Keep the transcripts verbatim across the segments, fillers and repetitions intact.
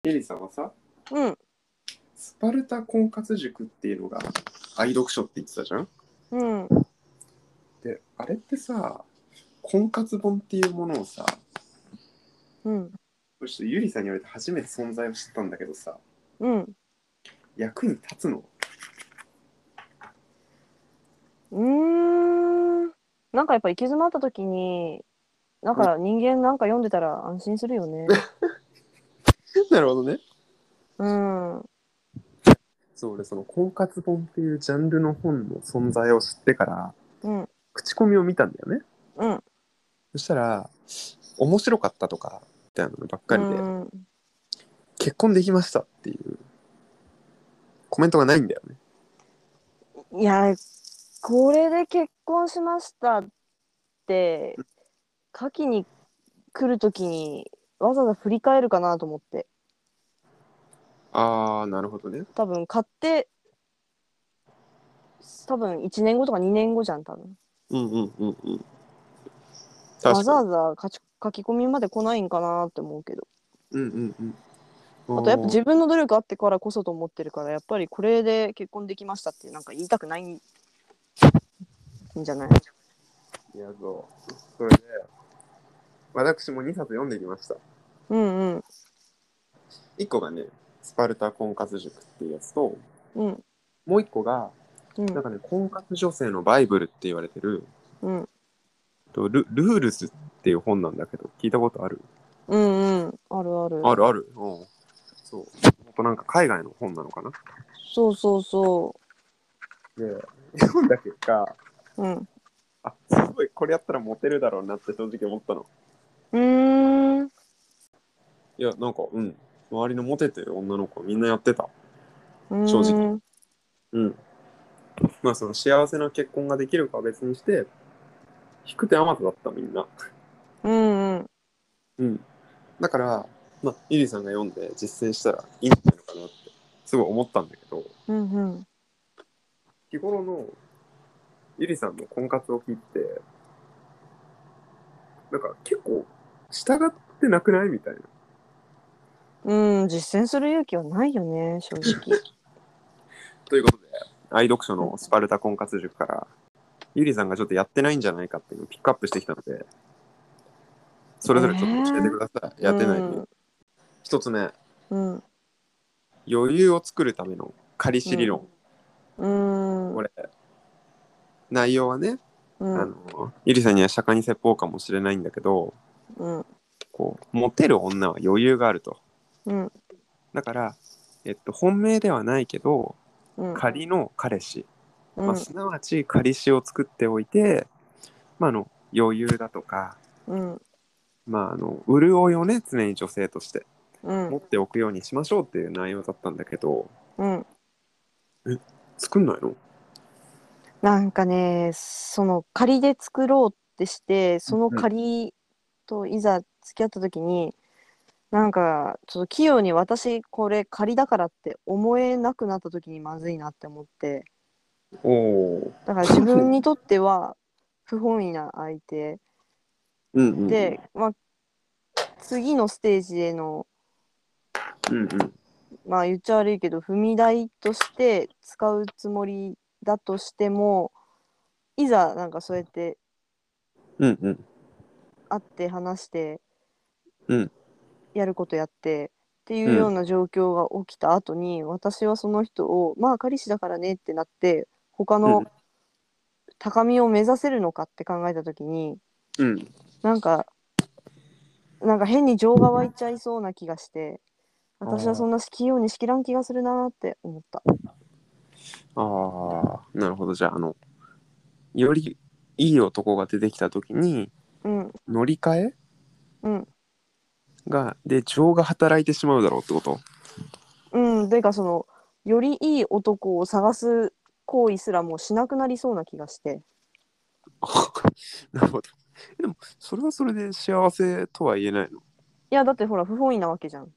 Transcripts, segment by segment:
エリさんはさ、 うん、 スパルタ婚活塾っていうのが愛読書って言ってたじゃん。 うん、 で、あれってさ、婚活本っていうものをさ、 うん、 ちょっとゆりさんに言われて初めて存在を知ったんだけどさ、 うん。 役に立つの？ うーん。なんかやっぱ行き詰まった時に、なんうん、 か人間なんか読んでたら安心するよね。 なるほどね。 うん、うそう、俺その婚活本っていうジャンルの本の存在を知ってから、 ん、 口コミを見たんだよね。 うん、 そしたら、面白かったとか、みたいなのばっうかりで、 ん。 結婚できましたっていうコメントがないんだよね。 いや、これで結婚しましたって、書きに来る時にわざわざ振り返るかなと思って。 あー、なるほどね。 多分買って、多分いちねんごとかにねんごじゃん、多分。 うんうんうんうん。 わざ確かに。 わざ書き書き込みまで来ないんかなって思うけど。 うんうんうん。 あとやっぱおー、 自分の努力あってからこそと思ってるから、やっぱりこれで結婚できましたってなんか言いたくないんじゃない？ いや、そう。それで、私もにさつ読んできました。 うんうん。 いっこがね、スパルタ婚活塾っていうやつと、 うん。 もういっこが、 うんなんかね、婚活女性のバイブルって言われてる、 うん。 とルルールスっていう本なんだけど、聞いたことある？ うんうん。あるある。 あるある。うん。そう。あとなんか海外の本なのかな。 そうそうそで、読んだ結果、 う。うん。 あ、すごい、これやったらモテるだろうなって正直思ったの。 うーん。 いや、なんか、うん。周りのモテてる女の子はみんなやってた。 う正直。 ーん。 うん。まあ、その幸せな結婚ができるかは別にして、引く手あまただったみんな。 うんうん。 うん。だから、まあ、ゆりさんが読んで実践したらいいんじゃないのかなってすごい思ったんだけど、 うんうん。 日頃のゆりさんの婚活を聞いて、なんか結構従ってなくないみたいな。 うん、実践する勇気はないよね、正直。 ということで、愛読書うん。 のスパルタ婚活塾から、ゆりさんがちょっとやってないんじゃないかっていうのをピックアップしてきたので、そえれぞれちょっと教えてー、 ください。 うやってない理由。 ん、 一つ目、 うん、 余裕を作るための仮うん、 知理論。 うん、うん、 これ、内容はね、 うあん、 の、ゆりさんには釈迦に説法かもしれないんだけど、 うん、 こう、モテる女は余裕があると。 うん、 だから、えっと、本命ではないけど、 うん、 仮の彼氏、まあ、 うん、 すなわち仮氏を作っておいて、まあ、あの余裕だとか、 うん、 まあ、あの潤いをね、常に女性としてうん。 持っておくようにしましょうっていう内容だったんだけど、 うん。 え、作んないの？ なんかね、その仮で作ろうってして、そのうん。 仮といざ付き合った時に、なんかちょっと器用に私これ仮だからって思えなくなった時にまずいなって思って、 おお。 だから自分にとっては不本意な相手うんうんで、まあ、次のステージへの、 うんうんまあ言っちゃ悪いけど、踏み台として使うつもりだとしても、いざなんかそうやってうんうん会って話してうんやることやってっていうんうような状況が起きた後に、私はその人をまあ彼氏だからねってなって他のうん高みを目指せるのかって考えた時に、 うん。 なんかなんか変に情が湧いちゃいそうな気がして、 あ私はそんなー器用にしきらん気がするなって思った。 あー、なるほど。じゃあ、あの、よりいい男が出てきたときに、 うん乗り換えうんが、で、情が働いてしまうだろうってこと？ うん。でかそのよりいい男を探す行為すらもうしなくなりそうな気がして。 なるほど。でも、それはそれで幸せとは言えないの？ いやだってほら不本意なわけじゃん。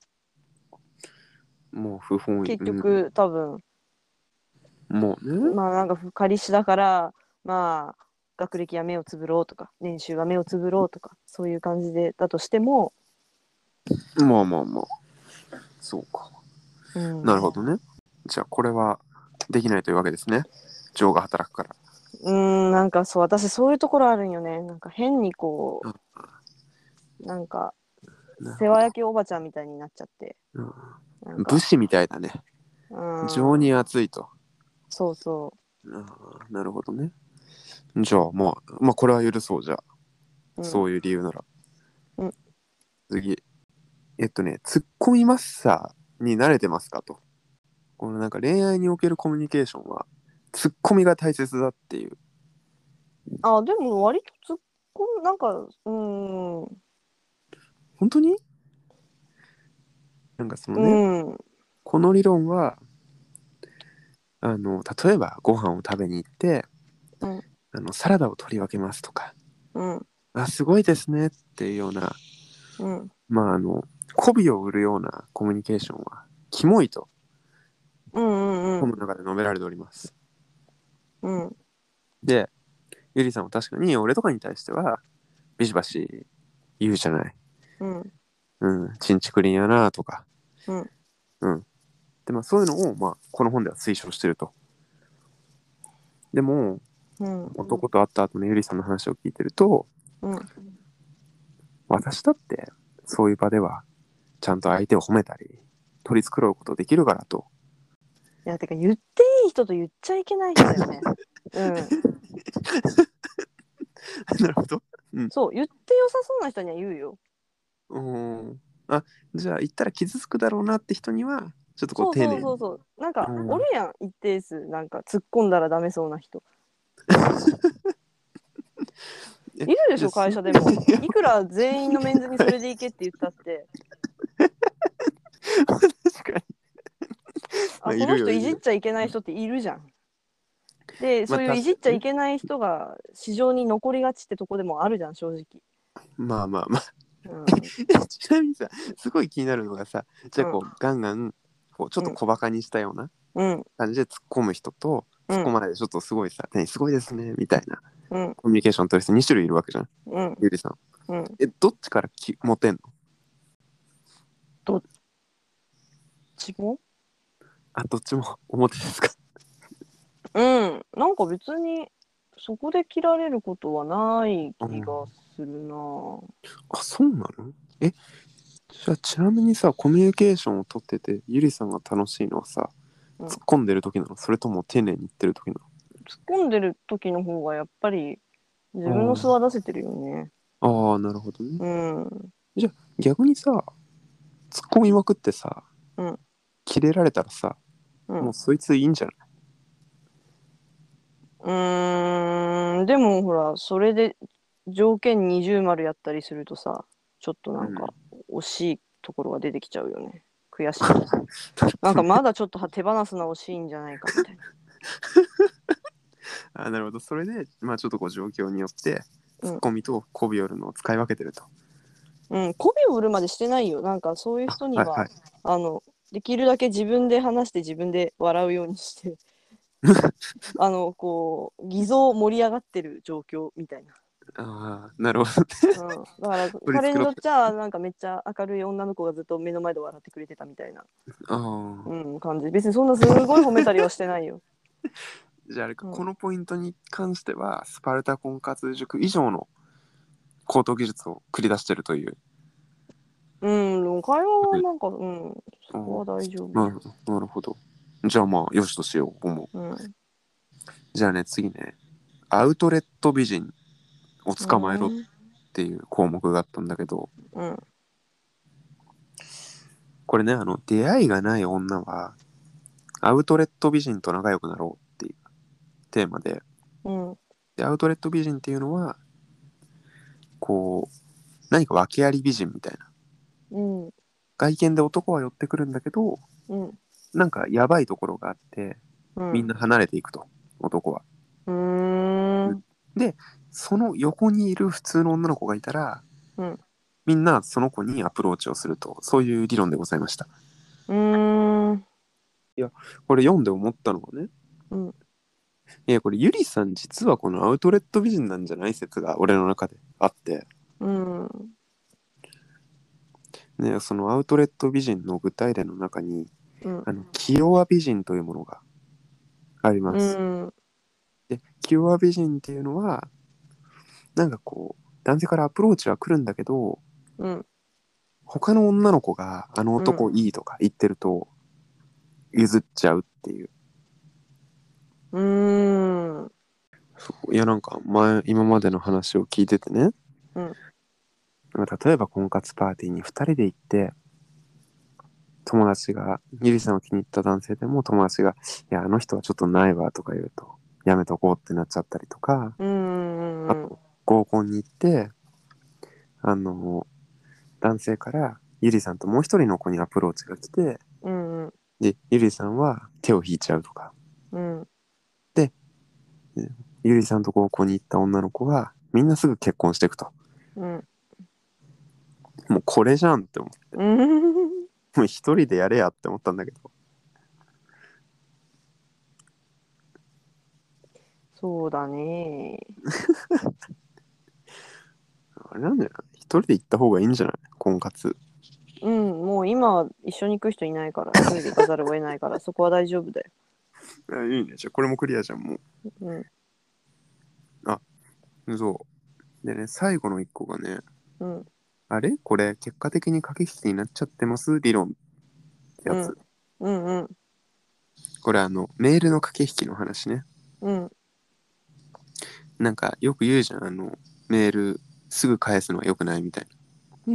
もう不本意。 結うん。 局多分もうね。 まあなんか仮氏だからまあ学歴は目をつぶろうとか年収は目をつぶろうとかそういう感じでだとしても、 まあまあまあ。 そうか。 うん、 なるほどね。じゃあこれはできないというわけですね。情が働くから。 うーん、なんかそう、私そういうところあるんよね。なんか変にこあ、 う、なんか、 なるほど。 世話焼きおばちゃんみたいになっちゃって。なんうん、武か、 士みたいだね。 うーん、 情に熱いと。 そうそああ、なるほどね。じゃあまあ、まあこれは許そうじゃあ。 う。うん、 そういう理由なら。 うん。 次。えっとね、ツッコミマッサーに慣れてますかと。このなんか恋愛におけるコミュニケーションは、ツッコミが大切だっていう。 あ、でも割と突っ込む、なんか、うーん、 本当になんかそのうね、 ん、 この理論は、あの、例えばご飯を食べに行って、 うん、 あの、サラダを取り分けますとか、 うん、 あ、すごいですねっていうような、 うん、 まああの、媚びを売るようなコミュニケーションは、キモいと、 うん、うん、 本の中で述べられております。 うん、 で、ゆりさんも確かに俺とかに対しては、ビシバシ言うじゃない。 うん、 うん、チンチクリンやなとか。 うん、 うん。で、まあそういうのを、まあ、この本では推奨してると。でも、 うん、 男と会った後のゆりさんの話を聞いてると、 うん。 私だってそういう場ではちゃんと相手を褒めたり取り繕うことできるからと。 いや、てか言っていい人と言っちゃいけない人だよね。うん。 なるほど。うん。 そう、言って良さそうな人には言うよ。 うーん。あ、じゃあ言ったら傷つくだろうなって人にはちょっとこうそう丁寧に。 そうそうそう。なんか、 うん。 おるやん、一定数。なんか、突っ込んだらダメそうな人。 え、 いるでしょ、 じゃあすい会社でも。いくら全員のメンズにそれでいけって言ったって、 確かに。まあ、 あいこの人るよいるよ。 いじっちゃいけない人っているじゃん。で、 まあそういういじっち確かにね。 ゃいけない人が市場に残りがちってとこでもあるじゃん、正直。 まあまあまあ。 うん、 ちなみにさ、すごい気になるのがさ、じゃうん、 あこうガンガンこうちょっうん、 と小バカにしたようなうん、 感じで突っ込む人とうん、 突っ込まないでちょっとすごいさ、ね、すごいですねみたいなうん、 コミュニケーション取る人に種類いるわけじゃん、 うん、 ゆりさん。 うん。 え、どっちからきモテんの？ どっちも。 あ、どっちも表ですか？ うん、なんか別にそこで切られることはない気がうん。 するな。 あ、そうなの？え、じゃあちなみにさ、コミュニケーションを取ってて、ゆりさんが楽しいのはさ、 うん、突っ突っ込んでる時なの？それとも丁寧に言ってる時な込んでる時の方がやっぱり自分の素の？ は出せてるよね。 あーあー、なるほどね。 うん、 じゃあ逆にさ、突っ込みまくってさ、 うん、 キレられたらさ、 うん。 もうそいついいんじゃない？ うーん、でもほら、それで条件二重丸やったりするとさ、ちょっとなうん。 んか惜しいところが出てきちゃうよね。悔しい。なんかまだちょっと手放すの惜しいんじゃないかみたいあ、なるほど。それで、まあちょっとこう状況によって、 な。 ツッうん。 コミと媚び寄るのを使い分けてると。 うん。媚びを売るまでしてないよ。なんかそういうあ、 人には、 はいはい。 あの、できるだけ自分で話して自分で笑うようにして、あの、こう、偽造盛り上がってる状況みたいな。 ああ、なるほど。 うん。だから彼に取り繕って。 とっちゃ、なんかめっちゃ明るい女の子がずっと目の前で笑ってくれてたみたいな。 ああ。 うん、感じ。別にそんなすごい褒めたりはしてないよ。 じゃああれか、 うん。 このポイントに関しては、スパルタ婚活塾以上の高等技術を繰り出してるという。 うん、でも会話はなんか、うん、そあこは大丈夫。 あ、なるほど。なるほど。じゃあまあ、よしとしよう、思う。 うん。 じゃあね、次ね、アウトレット美人をう捕まえろっん。 ていう項目があったんだけど、 うん。 これね、あの、出会いがない女は、アウトレット美人と仲良くなろうっていうテーマで、 うん。 で、アウトレット美人っていうのは、こう、何か訳あり美人みたいな。 うん。 外見で男は寄ってくるんだけど、 うん。 なんかやばいところがあって、 うん。 みんな離れていくと、男は。 うーん。 で、その横にいる普通の女の子がいたら、 うん。 みんなその子にアプローチをすると、そういう理論でございました。 うーん。 いや、これ読んで思ったのがね、 うん。 いや、これゆりさん実はこのアウトレット美人なんじゃない説が俺の中であって、 うん。 ね、そのアウトレット美人の具体例の中に、 うん。 あの気弱美人というものがありまうす。 ん。 で、気弱美人っていうのは、なんかこう、男性からアプローチは来るんだけど、 うん。 他の女の子があのうん。 男いいとか言ってると、譲っちゃうっていう。 うーん。 そういや、なんか前、今までの話を聞いててね、 うん。 例えば婚活パーティーにふたりで行って、友達が、ゆりさんを気に入った男性でも友達が、いや、あの人はちょっとないわとか言うと、やめとこうってなっちゃったりとか、 うん。うん。 あと、合コンに行って、あの、男性からゆりさんともう一人の子にアプローチが来て、 うん。うん。 で、ゆりさんは手を引いちゃうとか。 うん。 で、ゆりさんと合コンに行った女の子は、みんなすぐ結婚していくと。 うん。 もうこれじゃんって思って。 うん。 もう一人でやれやって思ったんだけど。 そうだね。 あれなんだよな。一人で行った方がいいんじゃない婚活。 うん。もう今は一緒に行く人いないから、一人で行かざるを得ないから、そこは大丈夫だよ。 あいいね。じゃあこれもクリアじゃん、もう。 うん。 あ、そう。でね、最後の一個がね、 うん。 あれこれ結果的に駆け引きになっちゃってます理論ってうん。 やつ。 うん。うん。 これあの、メールの駆け引きの話ね。 うん。 なんかよく言うじゃん、あの、メールすぐ返すのは良くないみたいな。 うん。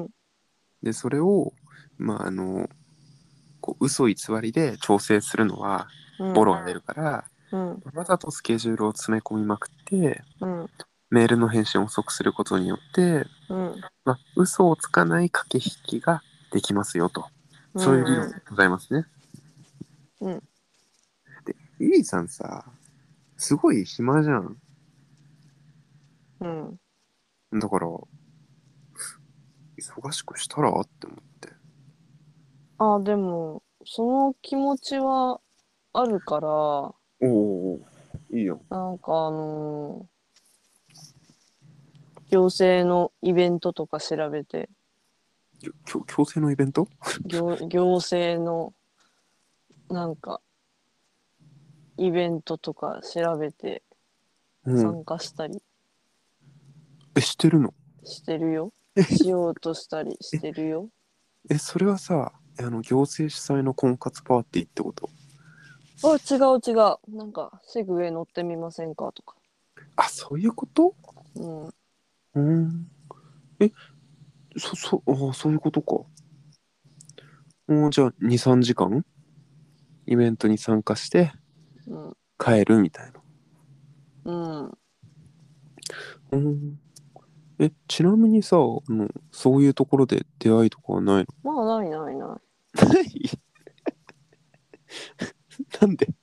で、それを、まああの、こう嘘偽りで調整するのはうん。 ボロが出るから、 うん。 わざとスケジュールを詰め込みまくって、 うん。 メールの返信を遅くすることによって、 うん。 まあ、嘘をつかない駆け引きができますよと。 うそういう理論ん。 でございますね。 うん。 で、ゆりさんさ、すごい暇じゃん。 うん。 だから、忙しくしたらって思って。 あ、でも、その気持ちはあるから、 おお、いいよ。 なんかあのー行政のイベントとか調べて、 きょ強制のイベント。 行、行政のなんかイベントとか調べてうん。 参加したりえ、してるの？ してるよ。 え、 しようとしたりしえ、 てるよ。 え、それはさ、あの、行政主催の婚活パーティーってこと？ あ、違う違う。なんか、セグウェイ乗ってみませんかとか。 あ、そういうこと？ うん。 うん。え、そ、そ、あ、そういうことか。もうじゃあに、さんじかんイベントに参加してうん。 帰るみたいな。 うん。 うん。え、ちなみにさ、あの、そういうところで出会いとかはないまあ、ないないなの？ないなんで？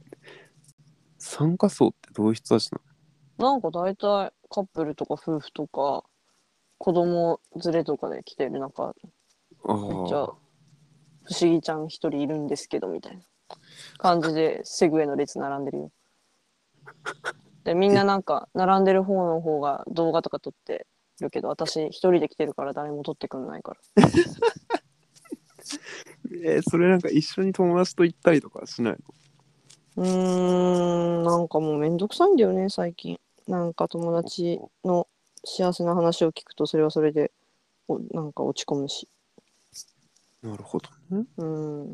参加層ってどういう人たちない。なんか大体カップルとか夫婦とか子供連れとかで来てる中、めっちゃの？あ不思議ちゃん一人いるんですけどみたいな感じでセグウェイの列並んでるよ。で、みんあ。え、 ななんか並んでる方の方が動画とか撮ってるけど、私一人で来てるから誰も撮ってくんないから。 えーそれなんか一緒に友達と行ったりとかしないうーん、なんかもうめんどくさいんだよね、最近。なんか友達の？ の幸せな話を聞くとそれはそれでおなんか落ち込むし。 なるほどね。 うん、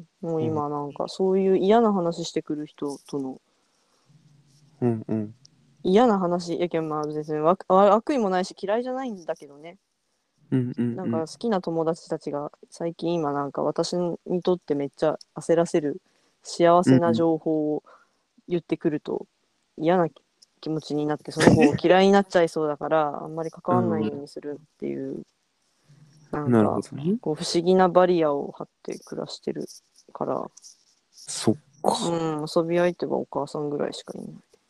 もううん、 今なんかそういう嫌な話してくる人とのうん、うん。 嫌な話やけん、まあ別に悪悪意もないし嫌いじゃないんだけどね。 うん、うん、うん。 なんか好きな友達たちが最近今なんか私にとってめっちゃ焦らせる幸せなうん。 情報を言ってくると嫌な気持ちになってその子を嫌いになっちゃいそうだからあんまり関わんないようにするっていうなんなるほかどね。 こう不思議なバリアを張って暮らしてるから、 そっか。 うん、遊び相手はお母さんぐらいしかいない。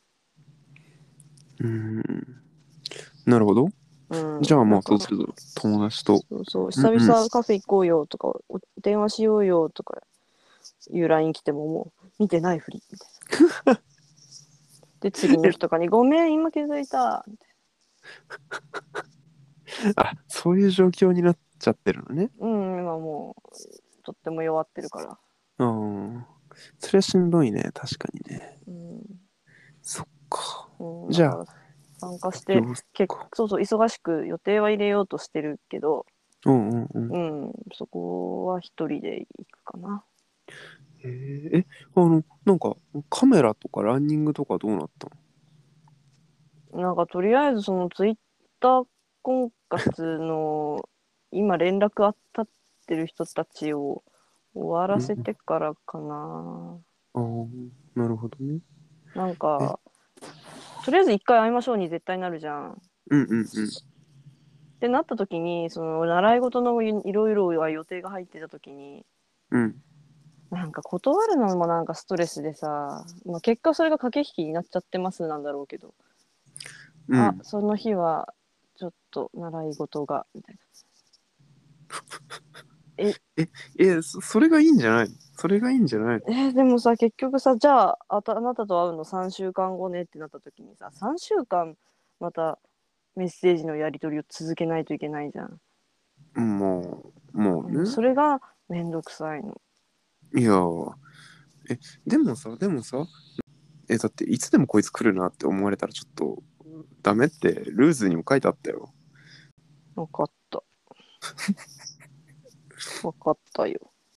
うん。なるほど。 うん、 じゃあまあ、 なんかそうすると友達と。 そうそう久うん、うん。 々カフェ行こうよとかお電話しようよとかいう ライン 来てももう見てないふりみたいな。で次のえ、 日とかに「ごめん今気づいた」みたいあ、そういう状況になっちゃってるのね。 うん、今もうとっても弱ってるから。 ああ、それはしんどいね、確かにね。 うん、 そっか。 うん、 じゃあ、 だから参加してよそっけか。 そうそう忙しく予定は入れようとしてるけど、 うんうんうん。 うん、そこは一人で行くかな。 へえ、え、あの、なんか、カメラとかランニングとかどうなったなんかとりあえずそのツイッター婚活の今連絡あったってる人たちを終わらせの？ てからかな。 ああ、なるほどね。 なんえ、 かとりあえず一回会いましょうに絶対なるじゃん。っうんうんうん。 てなった時にその習い事のいろいろは予定が入ってた時にうん。 なんか断るのもなんかストレスでさ、まあ、結果それが駆け引きになっちゃってますなんだろうけど、あうん。 その日はちょっと習い事がみたいな。ええ、え、そ、それがいいんじゃないの？それがいいんじゃないの？ えーでもさ結局さじゃああたあなたと会うのさんしゅうかんごねってなった時にささんしゅうかんまたメッセージのやり取りを続けないといけないじゃん。 もう、もうもうね。 それがめんどくさいの。 いやー、え、でもさ、でもさ、え、だっていつでもこいつ来るなって思われたらちょっとダメってルーズにも書いてあったよ。 分かった分かったよ。